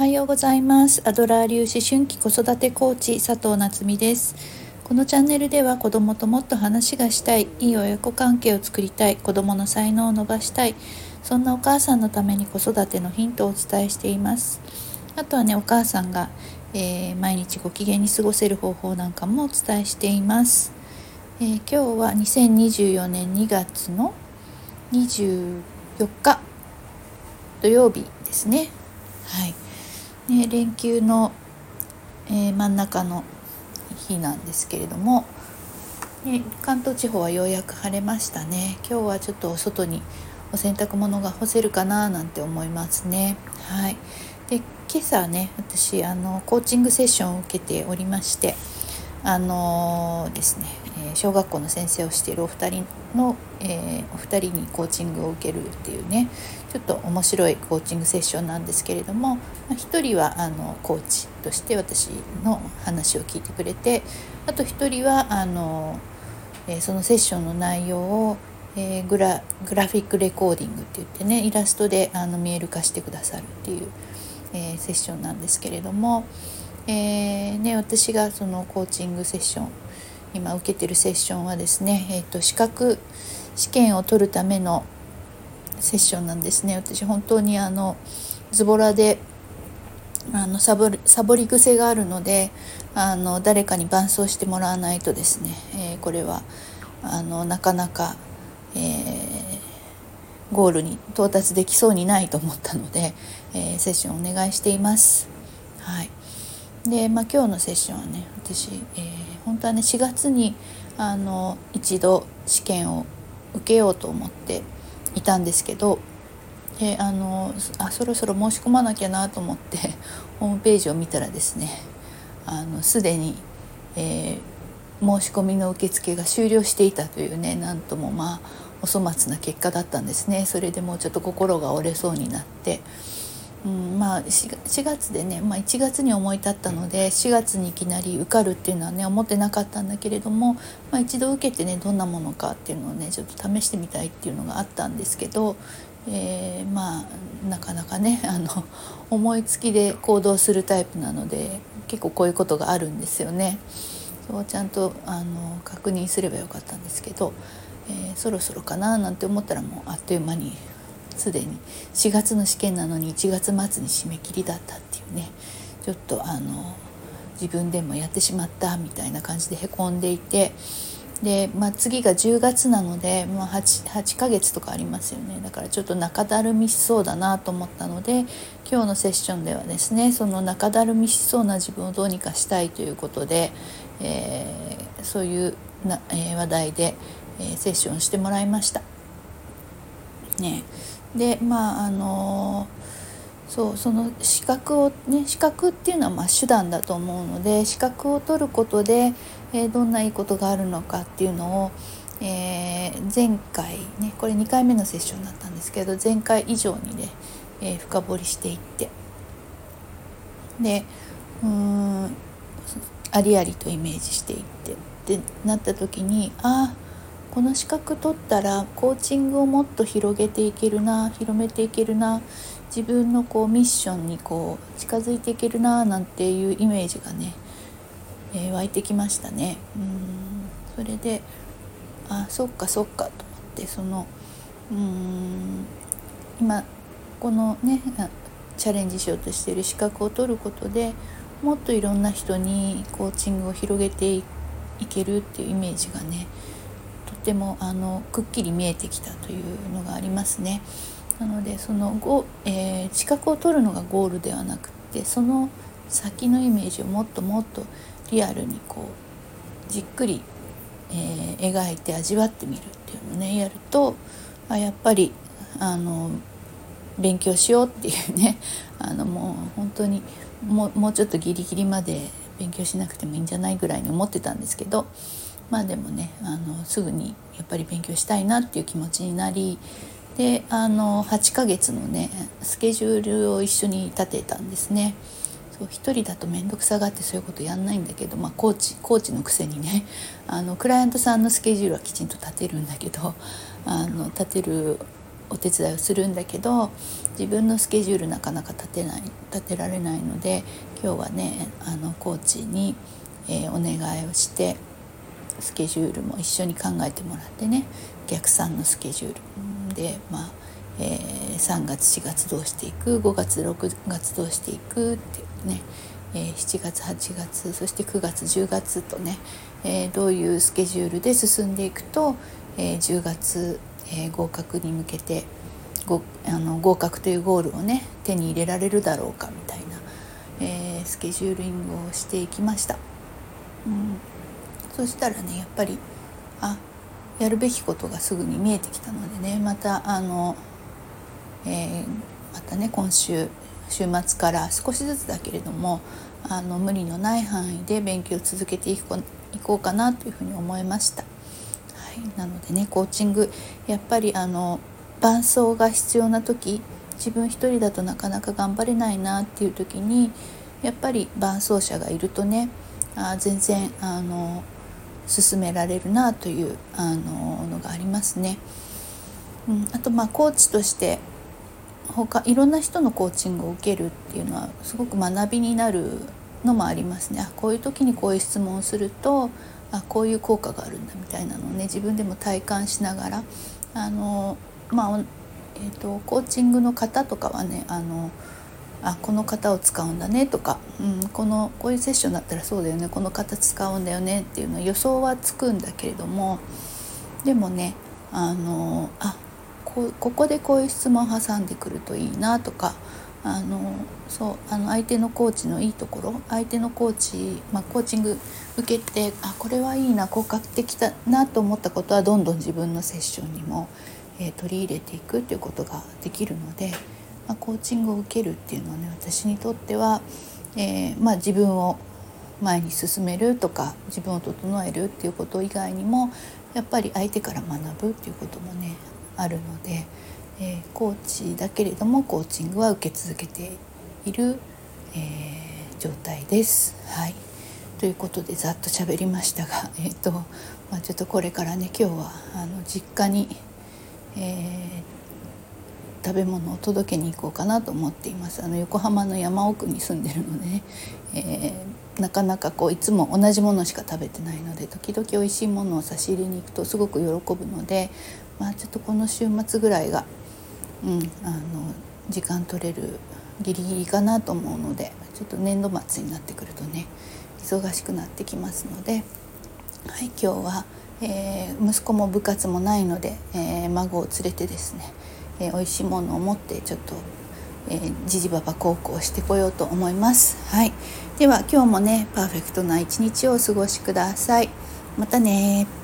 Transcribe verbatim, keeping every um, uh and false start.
はようございます。アドラー流思春期子育てコーチ佐藤夏実です。このチャンネルでは子供ともっと話がしたい、いい親子関係を作りたい、子供の才能を伸ばしたい、そんなお母さんのために子育てのヒントをお伝えしています。あとはね、お母さんが、えー、毎日ご機嫌に過ごせる方法なんかもお伝えしています。えー、今日はにせんにじゅうよねんにがつのにじゅうよっか土曜日ですね。はいね、連休の、えー、真ん中の日なんですけれども、ね、関東地方はようやく晴れましたね。今日はちょっとお外にお洗濯物が干せるかななんて思いますね。はい。で、今朝ね、私あのコーチングセッションを受けておりまして、あのー、ですね、えー、小学校の先生をしているお二人の、えー、お二人にコーチングを受けるっていうね、ちょっと面白いコーチングセッションなんですけれども、一人はあのコーチとして私の話を聞いてくれて、あと一人はあの、えー、そのセッションの内容を、えー、グラ、グラフィックレコーディングって言ってね、イラストであの見える化してくださるっていう、えー、セッションなんですけれども、えーね、私がそのコーチングセッション今受けてるセッションはですね、えーと、資格試験を取るためのセッションなんですね。私本当にあのズボラであのサボり、サボり癖があるので、あの誰かに伴走してもらわないとですね、えー、これはあのなかなか、えー、ゴールに到達できそうにないと思ったので、えー、セッションお願いしています。はい。で、まあ、今日のセッションはね、私、えー、本当はねしがつにあの一度試験を受けようと思っていたんですけど、であのあそろそろ申し込まなきゃなと思ってホームページを見たらですね、あのすでに、えー、申し込みの受付が終了していたというね、なんともまあお粗末な結果だったんですね。それでもうちょっと心が折れそうになって、うん、まあ し, しがつでね、まあ、いちがつに思い立ったのでしがつにいきなり受かるっていうのはね思ってなかったんだけれども、まあ、一度受けてねどんなものかっていうのをねちょっと試してみたいっていうのがあったんですけど、えー、まあなかなかねあの思いつきで行動するタイプなので結構こういうことがあるんですよね。そうちゃんとあの確認すればよかったんですけど、えー、そろそろかななんて思ったらもうあっという間にすでにしがつの試験なのにいちがつ末に締め切りだったっていうね、ちょっとあの自分でもやってしまったみたいな感じでへこんでいて、で、まあ、次がじゅうがつなので、まあ、8, はちかげつとかありますよね。だからちょっと中だるみしそうだなと思ったので、今日のセッションではですねその中だるみしそうな自分をどうにかしたいということで、えー、そういうな、えー、話題で、えー、セッションしてもらいましたね。でまああのそうその資格をね資格っていうのはまあ手段だと思うので、資格を取ることで、えー、どんないいことがあるのかっていうのを、えー、前回ねこれにかいめのセッションだったんですけど前回以上にね、えー、深掘りしていって、でうーんありありとイメージしていってってなった時に、あこの資格取ったらコーチングをもっと広げていけるな広めていけるな、自分のこうミッションにこう近づいていけるななんていうイメージがね、えー、湧いてきましたね。うんそれであそっかそっかと思って、そのうん今このねチャレンジしようとしている資格を取ることでもっといろんな人にコーチングを広げていけるっていうイメージがねとてもあのくっきり見えてきたというのがありますね。なのでそのご、えー、資格を取るのがゴールではなくて、その先のイメージをもっともっとリアルにこうじっくり、えー、描いて味わってみるっていうのをねやると、あやっぱりあの勉強しようっていうねあのもう本当にもう、もうちょっとギリギリまで勉強しなくてもいいんじゃないぐらいに思ってたんですけど、まあでもねあのすぐにやっぱり勉強したいなっていう気持ちになり、であのはちかげつのねスケジュールを一緒に立てたんですね。そう一人だと面倒くさがってそういうことやんないんだけど、まあ、コーチコーチのくせにねあのクライアントさんのスケジュールはきちんと立てるんだけど、あの立てるお手伝いをするんだけど、自分のスケジュールなかなか立てない立てられないので、今日はねあのコーチに、えー、お願いをしてスケジュールも一緒に考えてもらってね、お客さんのスケジュールで、まあえー、さんがつしがつどうしていく、ごがつろくがつどうしていくっていうね、えー、しちがつはちがつそしてくがつじゅうがつとね、えー、どういうスケジュールで進んでいくと、えー、じゅうがつ、えー、合格に向けてごあの合格というゴールをね手に入れられるだろうかみたいな、えー、スケジューリングをしていきました。うん、そしたらねやっぱりあやるべきことがすぐに見えてきたのでね、またあの、えー、またね今週週末から少しずつだけれどもあの無理のない範囲で勉強を続けていこいこうかなというふうに思いました。はい、なのでねコーチングやっぱりあの伴走が必要な時、自分一人だとなかなか頑張れないなっていう時にやっぱり伴走者がいるとねあ全然あの進められるなというあののがありますね。うん、あとまあコーチとして他いろんな人のコーチングを受けるっていうのはすごく学びになるのもありますね。あこういう時にこういう質問をするとあこういう効果があるんだみたいなのをね自分でも体感しながらあのまあえーと、コーチングの方とかはねあのあこの型を使うんだねとか、うん、このこういうセッションだったらそうだよねこの型使うんだよねっていうの予想はつくんだけれども、でもねあのあ こ, ここでこういう質問を挟んでくるといいなとかあのそうあの相手のコーチのいいところ相手のコーチ、まあ、コーチング受けてあこれはいいな効果的だなと思ったことはどんどん自分のセッションにも、えー、取り入れていくということができるので、まあ、コーチングを受けるっていうのはね私にとっては、えーまあ、自分を前に進めるとか自分を整えるっていうこと以外にもやっぱり相手から学ぶっていうこともねあるので、えー、コーチだけれどもコーチングは受け続けている、えー、状態です。はい、ということでざっと喋りましたが、えーとまあ、ちょっとこれからね今日はあの実家に、えー、食べ物を届けに行こうかなと思っています。あの横浜の山奥に住んでるのでね、えー、なかなかこういつも同じものしか食べてないので時々美味しいものを差し入れに行くとすごく喜ぶので、まあ、ちょっとこの週末ぐらいが、うん、あの時間取れるギリギリかなと思うのでちょっと年度末になってくるとね忙しくなってきますので、はい、今日は、えー、息子も部活もないので、えー、孫を連れてですね、えー、美味しいものを持ってちょっと、えー、ジジババ孝行してこようと思います。はい、では今日もねパーフェクトな一日をお過ごしください。またね。